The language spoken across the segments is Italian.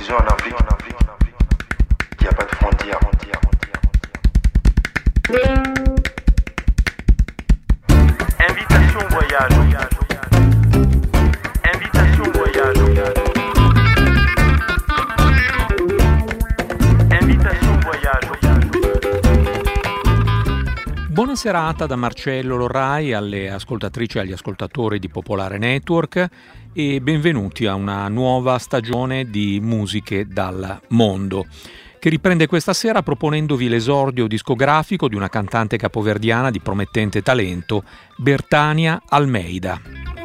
Bisous en Afrique, y a pas de frontières. Invitation voyage. Invitation voyage. Invitation voyage. Buona serata da Marcello Lorrai alle ascoltatrici e agli ascoltatori di Popolare Network e benvenuti a una nuova stagione di Musiche dal Mondo, che riprende questa sera proponendovi l'esordio discografico di una cantante capoverdiana di promettente talento, Bertania Almeida.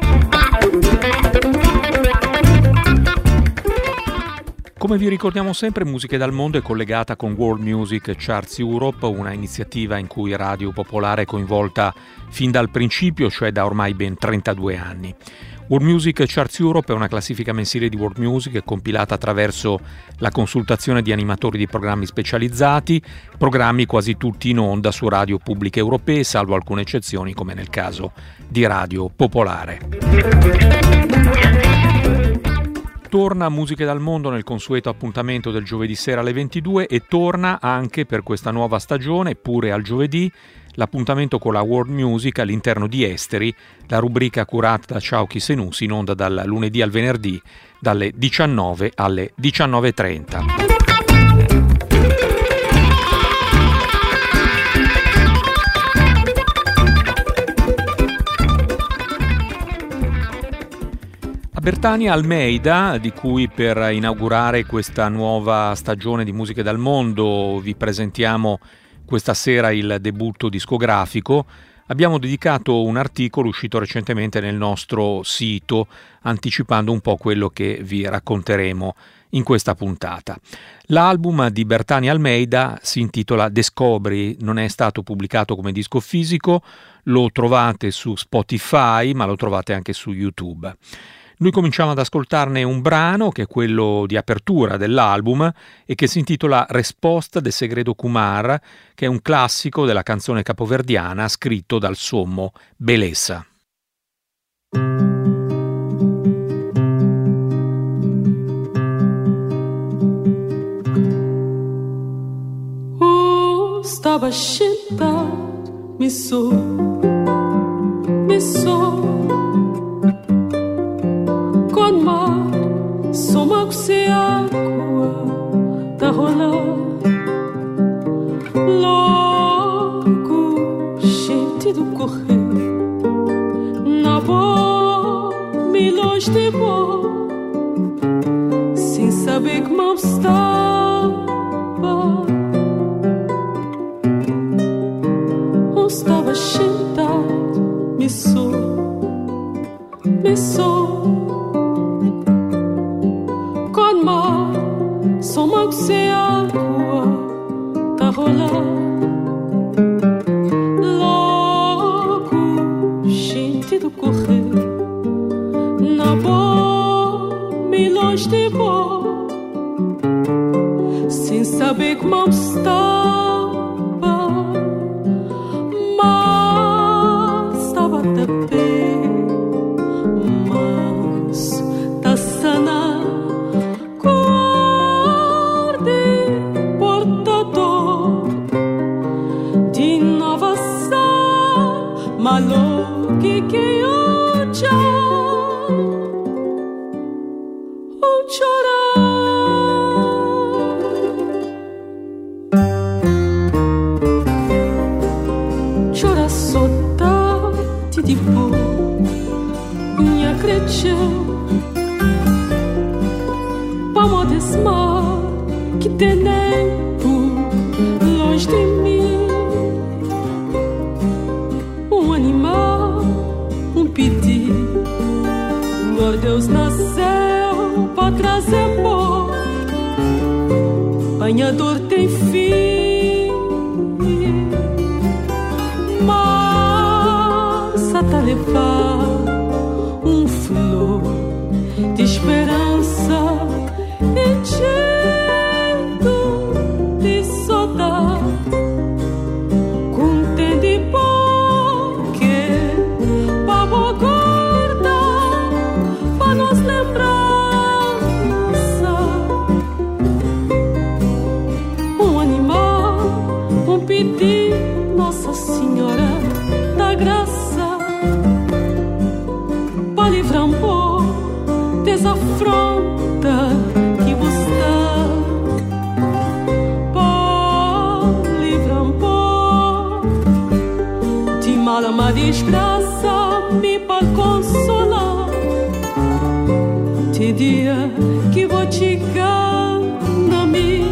Come vi ricordiamo sempre, Musiche dal Mondo è collegata con World Music Charts Europe, una iniziativa in cui Radio Popolare è coinvolta fin dal principio, cioè da ormai ben 32 anni. World Music Charts Europe è una classifica mensile di world music compilata attraverso la consultazione di animatori di programmi specializzati, programmi quasi tutti in onda su radio pubbliche europee, salvo alcune eccezioni come nel caso di Radio Popolare. Torna Musiche dal Mondo nel consueto appuntamento del giovedì sera alle 22 e torna anche per questa nuova stagione, pure al giovedì, l'appuntamento con la World Music all'interno di Esteri, la rubrica curata da Ciauchi Senussi in onda dal lunedì al venerdì dalle 19 alle 19.30. Bertania Almeida, di cui per inaugurare questa nuova stagione di Musiche dal Mondo vi presentiamo questa sera il debutto discografico, abbiamo dedicato un articolo uscito recentemente nel nostro sito, anticipando un po' quello che vi racconteremo in questa puntata. L'album di Bertania Almeida si intitola Descobri, non è stato pubblicato come disco fisico, lo trovate su Spotify, ma lo trovate anche su YouTube. Noi cominciamo ad ascoltarne un brano che è quello di apertura dell'album e che si intitola Resposta de Segredo Kumar, che è un classico della canzone capoverdiana scritto dal sommo Belessa. Estava sentado, me sou. Con mar, soma se água tá rolando. Logo, gente do correio, na boa, me longe de boa, sem saber que mal estava. Eu estava sentado, me sou. Con mar, soma se água tá rolando. Logo, gente do correio, na boa, me longe de boa, sem saber que mal estava, mas estava até bem. Que tem tempo longe de mim, um animal, um pedido, oh Deus nasceu para trazer amor, banhador tem fim, mas a tá levar um flor de esperança e jeito de saudade, contente porque para guardar para nos lembrança desgraça me pode consolar. Te dia que vou te na mim,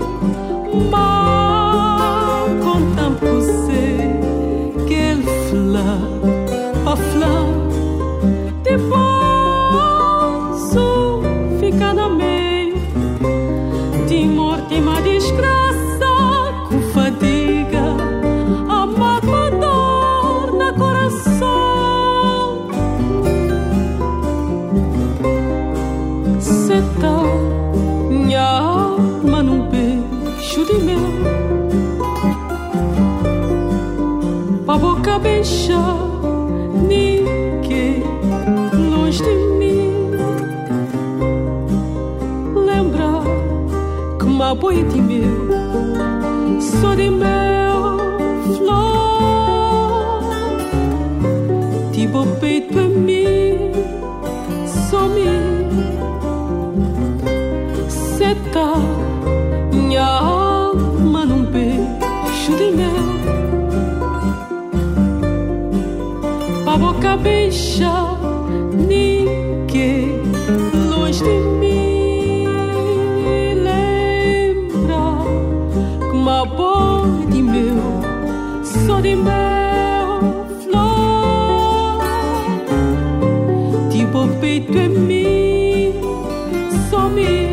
mas com tempo sei que ele flá, a flá, depois fica na meio de morte, uma desgraça com fadiga, a dor na coração. Cê tá minha alma num beijo de mel, pra boca beijar ninguém longe de mim. Lembrar que uma boi de meu, sou de meu flor, tipo peito em mim, sou mim. Cê tá minha alma num beijo de mel, pra boca beijar ninguém longe de mim. Lembra que uma boi de meu, sou de meu flor, tipo peito em mim, sou mim.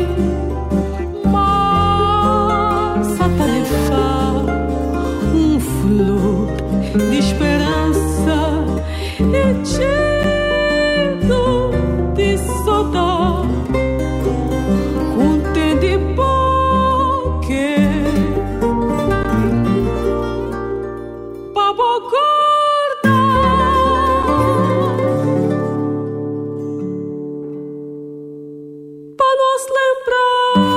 De esperança e cheio de saudade, contente porque para acordar, para nos lembrar.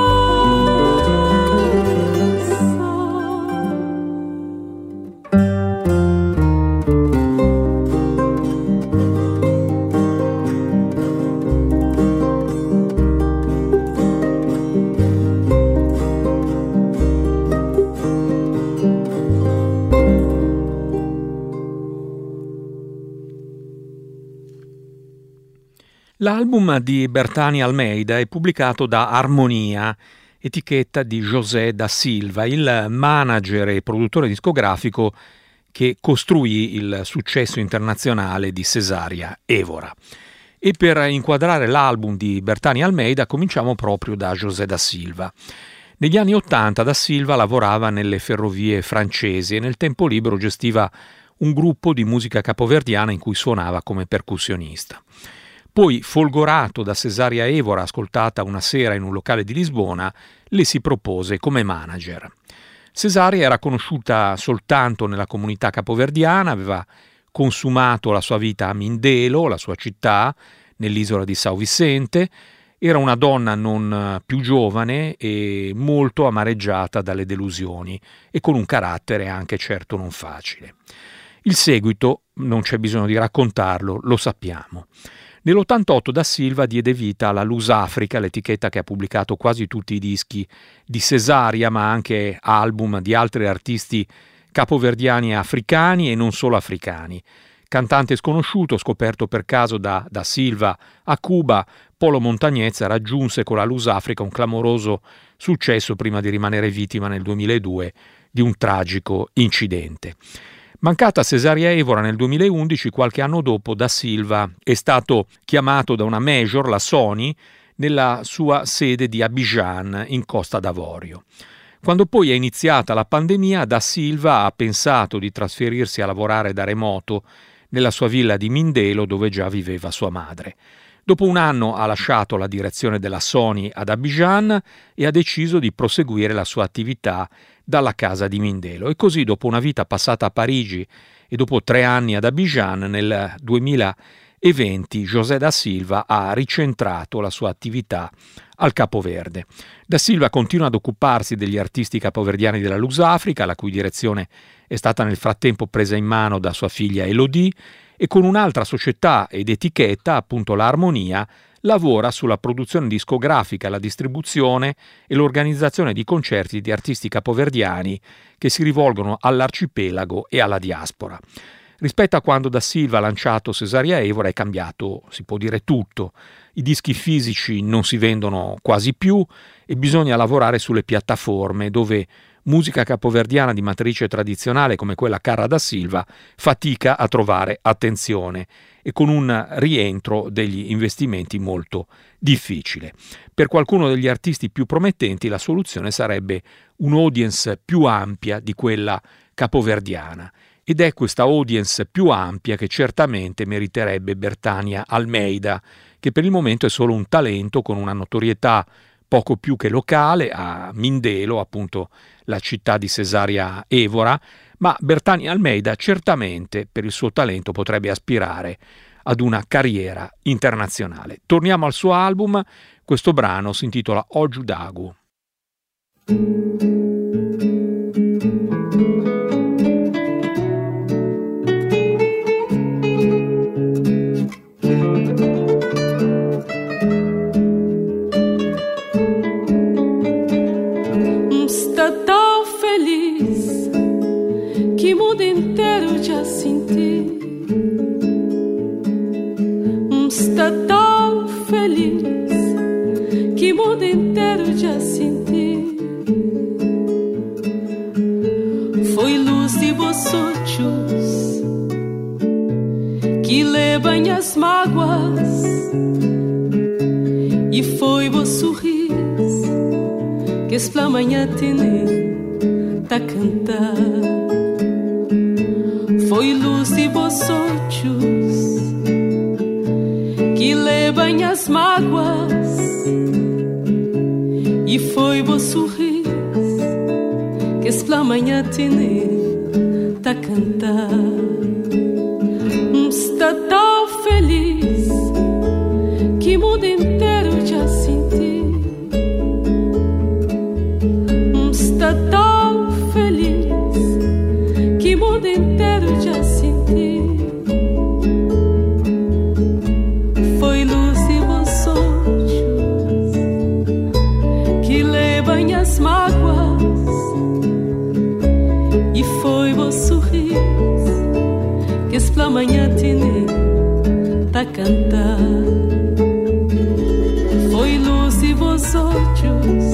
L'album di Bertani Almeida è pubblicato da Armonia, etichetta di José da Silva, il manager e produttore discografico che costruì il successo internazionale di Cesaria Évora. E per inquadrare l'album di Bertani Almeida cominciamo proprio da José da Silva. Negli anni '80 da Silva lavorava nelle ferrovie francesi e nel tempo libero gestiva un gruppo di musica capoverdiana in cui suonava come percussionista. Poi, folgorato da Cesaria Évora, ascoltata una sera in un locale di Lisbona, le si propose come manager. Cesaria era conosciuta soltanto nella comunità capoverdiana, aveva consumato la sua vita a Mindelo, la sua città, nell'isola di São Vicente. Era una donna non più giovane e molto amareggiata dalle delusioni e con un carattere anche certo non facile. Il seguito, non c'è bisogno di raccontarlo, lo sappiamo. Nell'88 da Silva diede vita alla Luz Africa, l'etichetta che ha pubblicato quasi tutti i dischi di Cesaria, ma anche album di altri artisti capoverdiani e africani e non solo africani. Cantante sconosciuto, scoperto per caso da Silva a Cuba, Polo Montañez raggiunse con la Luz Africa un clamoroso successo prima di rimanere vittima nel 2002 di un tragico incidente. Mancata Cesaria Évora nel 2011, qualche anno dopo da Silva è stato chiamato da una major, la Sony, nella sua sede di Abidjan, in Costa d'Avorio. Quando poi è iniziata la pandemia, da Silva ha pensato di trasferirsi a lavorare da remoto nella sua villa di Mindelo, dove già viveva sua madre. Dopo un anno ha lasciato la direzione della Sony ad Abidjan e ha deciso di proseguire la sua attività dalla casa di Mindelo. E così, dopo una vita passata a Parigi e dopo 3 anni ad Abidjan, nel 2020 José da Silva ha ricentrato la sua attività al Capoverde. Da Silva continua ad occuparsi degli artisti capoverdiani della Luz Africa, la cui direzione è stata nel frattempo presa in mano da sua figlia Elodie, e con un'altra società ed etichetta, appunto l'Armonia, lavora sulla produzione discografica, la distribuzione e l'organizzazione di concerti di artisti capoverdiani che si rivolgono all'arcipelago e alla diaspora. Rispetto a quando Da Silva ha lanciato Cesaria Evora è cambiato, si può dire, tutto. I dischi fisici non si vendono quasi più e bisogna lavorare sulle piattaforme dove musica capoverdiana di matrice tradizionale come quella cara Da Silva fatica a trovare attenzione e con un rientro degli investimenti molto difficile. Per qualcuno degli artisti più promettenti la soluzione sarebbe un'audience più ampia di quella capoverdiana. Ed è questa audience più ampia che certamente meriterebbe Bertania Almeida, che per il momento è solo un talento con una notorietà poco più che locale a Mindelo, appunto la città di Cesaria Evora, ma Bertania Almeida certamente per il suo talento potrebbe aspirare ad una carriera internazionale. Torniamo al suo album, questo brano si intitola Oju Dagu. Que mundo inteiro já senti. Está tão feliz que mundo inteiro já senti. Foi luz de vossos olhos que levam as mágoas e foi vos sorriso que esta manhã tem tá cantar. Foi luz de vossos olhos que levam as mágoas e foi vos sorriso que esta manhã tem tá cantar. Está tão feliz que o mundo inteiro já senti. Está tão feliz que o mundo inteiro já senti. Foi luz de vossos olhos que levam as mágoas e foi vos sorriso que esta manhã tem tá cantar. Foi luz de vossos olhos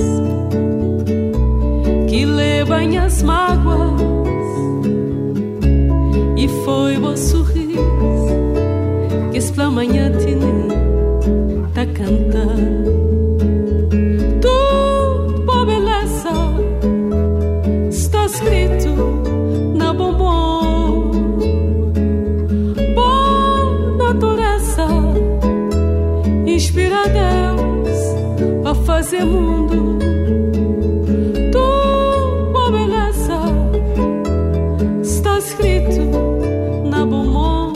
que levam as mágoas e foi vos sorriso que esta manhã tem tá cantar. Tudo por beleza está escrito na bombom. Boa natureza inspira Deus a fazer mundo. Tudo por beleza está escrito na bombom.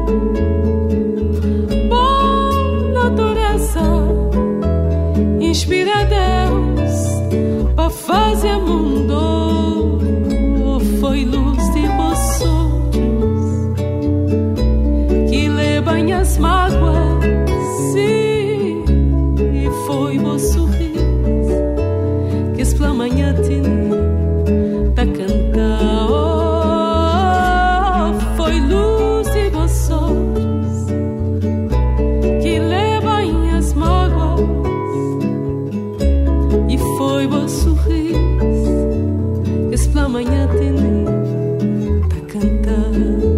Boa natureza inspira Deus para fazer mundo. Foi luz de vossos olhos que levam as mágoas, sim, e foi vos sorriso que esta manhã tem tá cantar. Oh, foi luz de vossos olhos que levam as mágoas e foi vos sorriso que esta manhã tem tá cantar.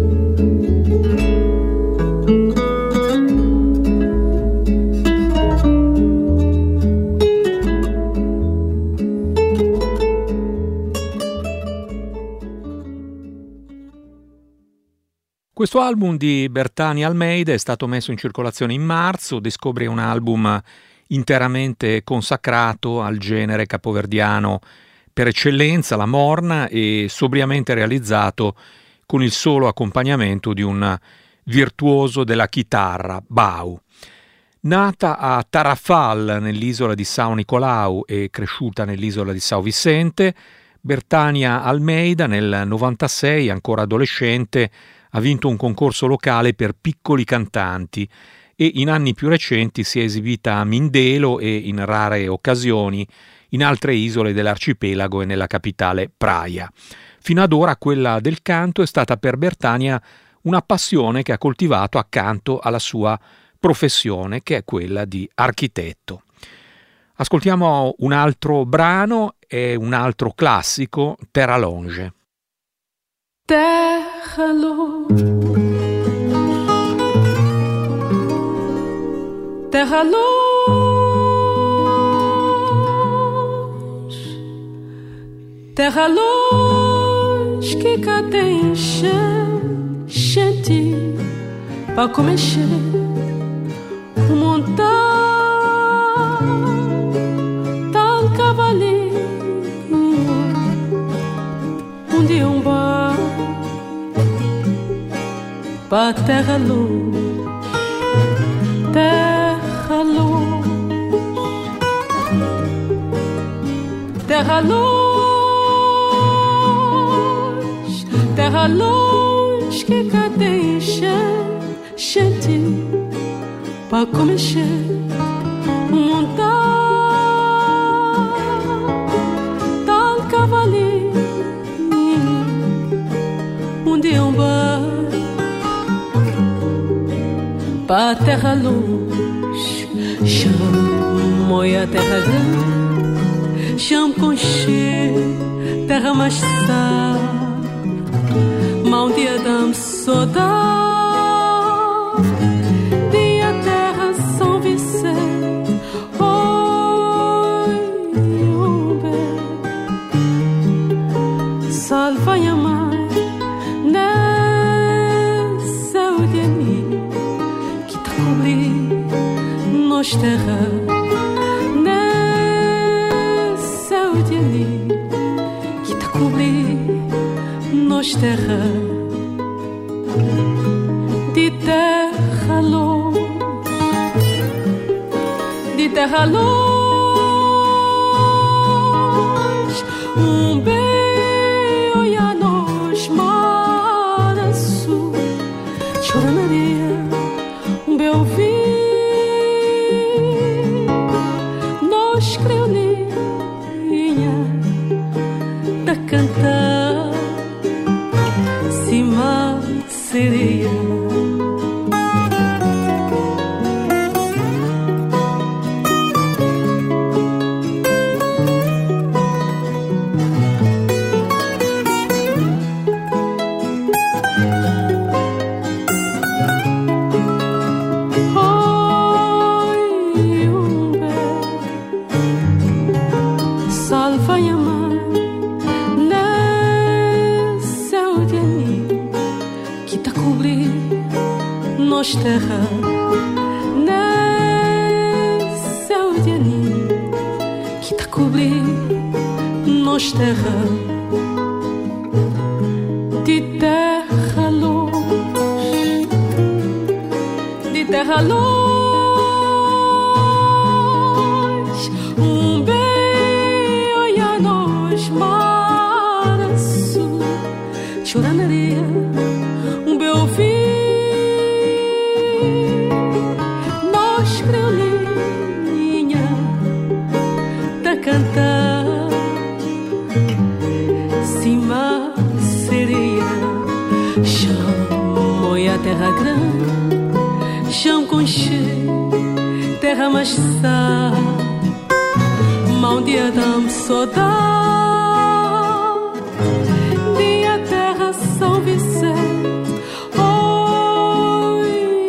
Questo album di Bertania Almeida è stato messo in circolazione in marzo, descopre un album interamente consacrato al genere capoverdiano per eccellenza, la morna, e sobriamente realizzato con il solo accompagnamento di un virtuoso della chitarra, Bau. Nata a Tarrafal, nell'isola di São Nicolau, e cresciuta nell'isola di São Vicente, Bertania Almeida nel 96, ancora adolescente, ha vinto un concorso locale per piccoli cantanti e in anni più recenti si è esibita a Mindelo e in rare occasioni in altre isole dell'arcipelago e nella capitale Praia. Fino ad ora quella del canto è stata per Bertania una passione che ha coltivato accanto alla sua professione, che è quella di architetto. Ascoltiamo un altro brano e un altro classico, Terra Longe. Terra longe, terra longe, terra longe que cá tem gente pra comer um montão tal cavalinho dia bar pra terra longe, terra longe, terra longe, terra longe que cá tem gente pra comer montar tal cavalinho dia bar pra terra longe, chamo a terra grande, chamo com cheiro, terra mais sal, mal dia dá-me saudade, dia terra São Vicente, oi, salva a mãe, nessa dia que te cobri, nós terra. Terra de terra longe, de terra longe, beijo e a nós mar azul, chora na areia, beijo ouvir, nós creulinha da cantar. Sereia salva a mãe nessa que te cobri nós terra nessa que te cobri nós terra de terra longe, de terra longe, beijo e a nós mar azul, chora na areia, beijo ouvir, nós creulinha da cantar, cima sereia, chamo a terra grande, chamo com cheiro, terra mais sal, mal dia dá-me saudade, dia terra São Vicente, oi,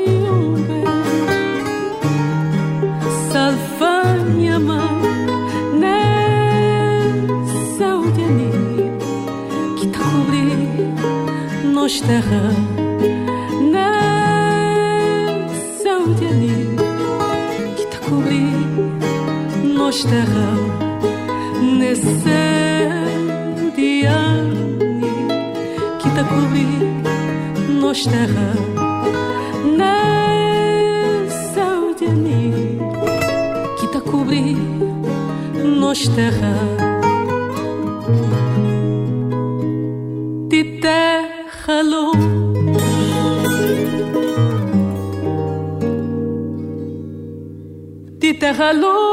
salva minha mãe nessa que te cobri nós terra nessa que te cobri nós terra nesse dia que te cobri nós terra nessa que te cobri nós terra de terra longe, de terra longe.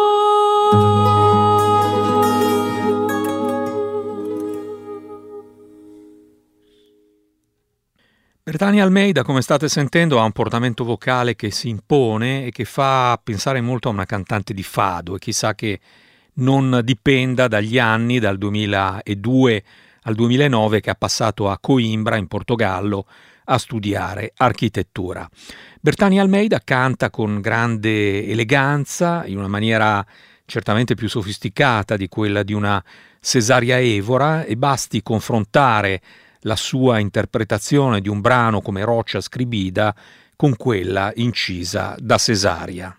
Bertani Almeida, come state sentendo, ha un portamento vocale che si impone e che fa pensare molto a una cantante di fado, e chissà che non dipenda dagli anni, dal 2002 al 2009, che ha passato a Coimbra, in Portogallo, a studiare architettura. Bertani Almeida canta con grande eleganza, in una maniera certamente più sofisticata di quella di una Cesaria Evora, e basti confrontare la sua interpretazione di un brano come Roccia Scribida con quella incisa da Cesaria.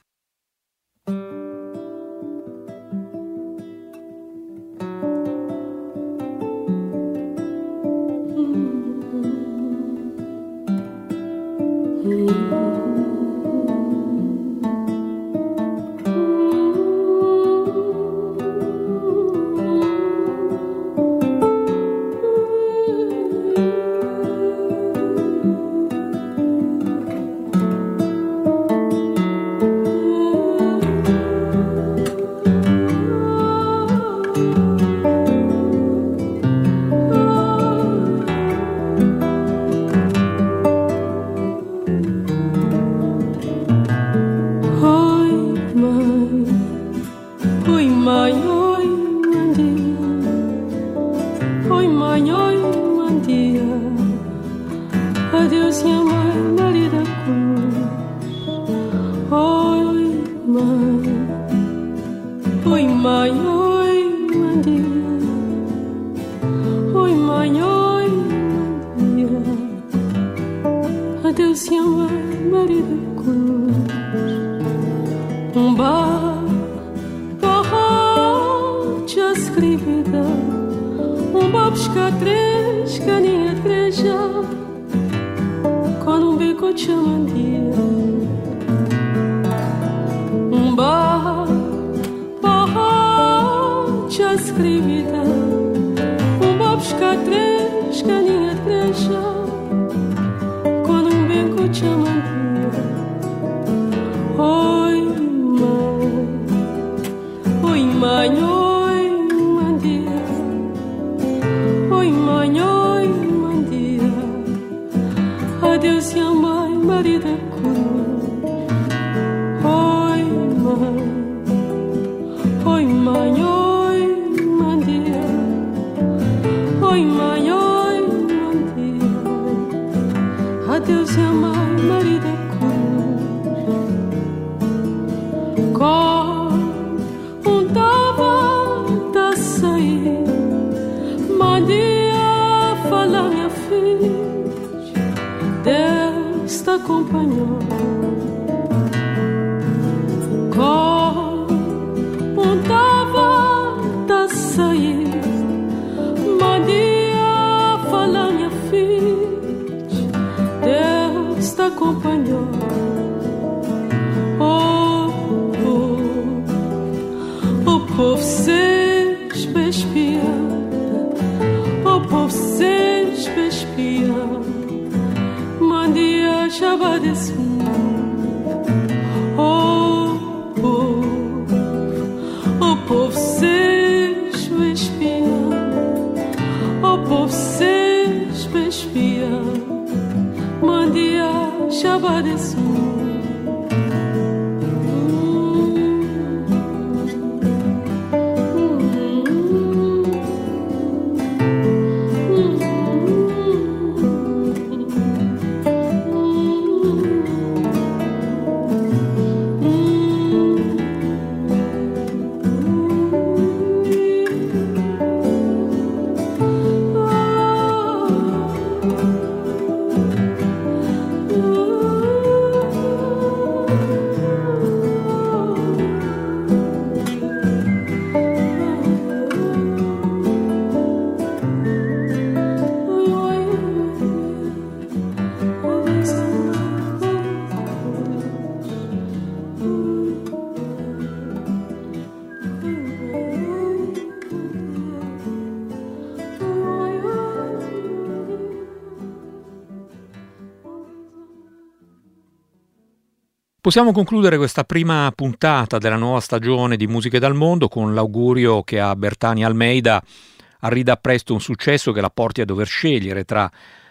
Possiamo concludere questa prima puntata della nuova stagione di Musiche dal Mondo con l'augurio che a Bertani Almeida arrida presto un successo che la porti a dover scegliere tra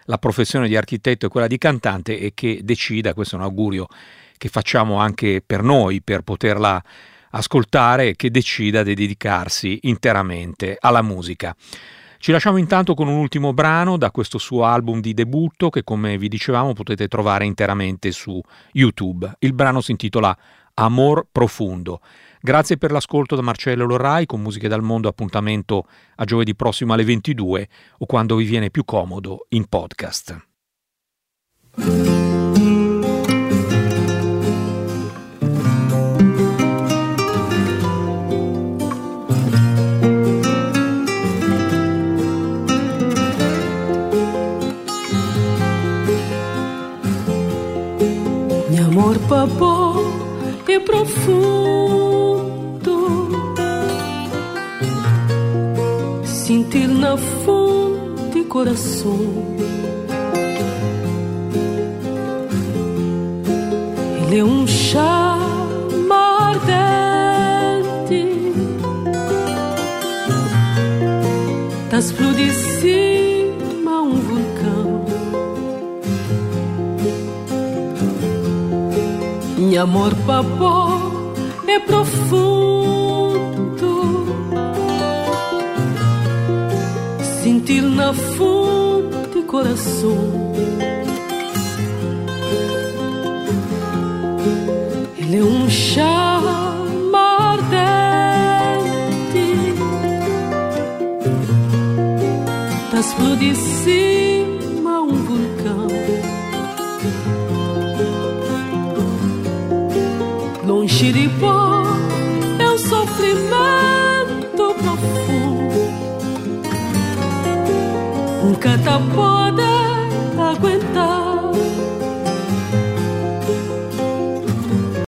la professione di architetto e quella di cantante e che decida, questo è un augurio che facciamo anche per noi, per poterla ascoltare, che decida di dedicarsi interamente alla musica. Ci lasciamo intanto con un ultimo brano da questo suo album di debutto che, come vi dicevamo, potete trovare interamente su YouTube. Il brano si intitola Amor Profundo. Grazie per l'ascolto da Marcello Lorrai. Con Musiche dal Mondo appuntamento a giovedì prossimo alle 22 o quando vi viene più comodo in podcast. Amor papà é profundo, sentir na fonte coração. Ele é chama ardente, tá explode de cima vulcão. Meu amor papá é profundo, sentir na fonte coração. Ele é chama ardente, tá explode de cima vulcão. Longe de pó é um sofrimento profundo, nunca tá pode aguentar.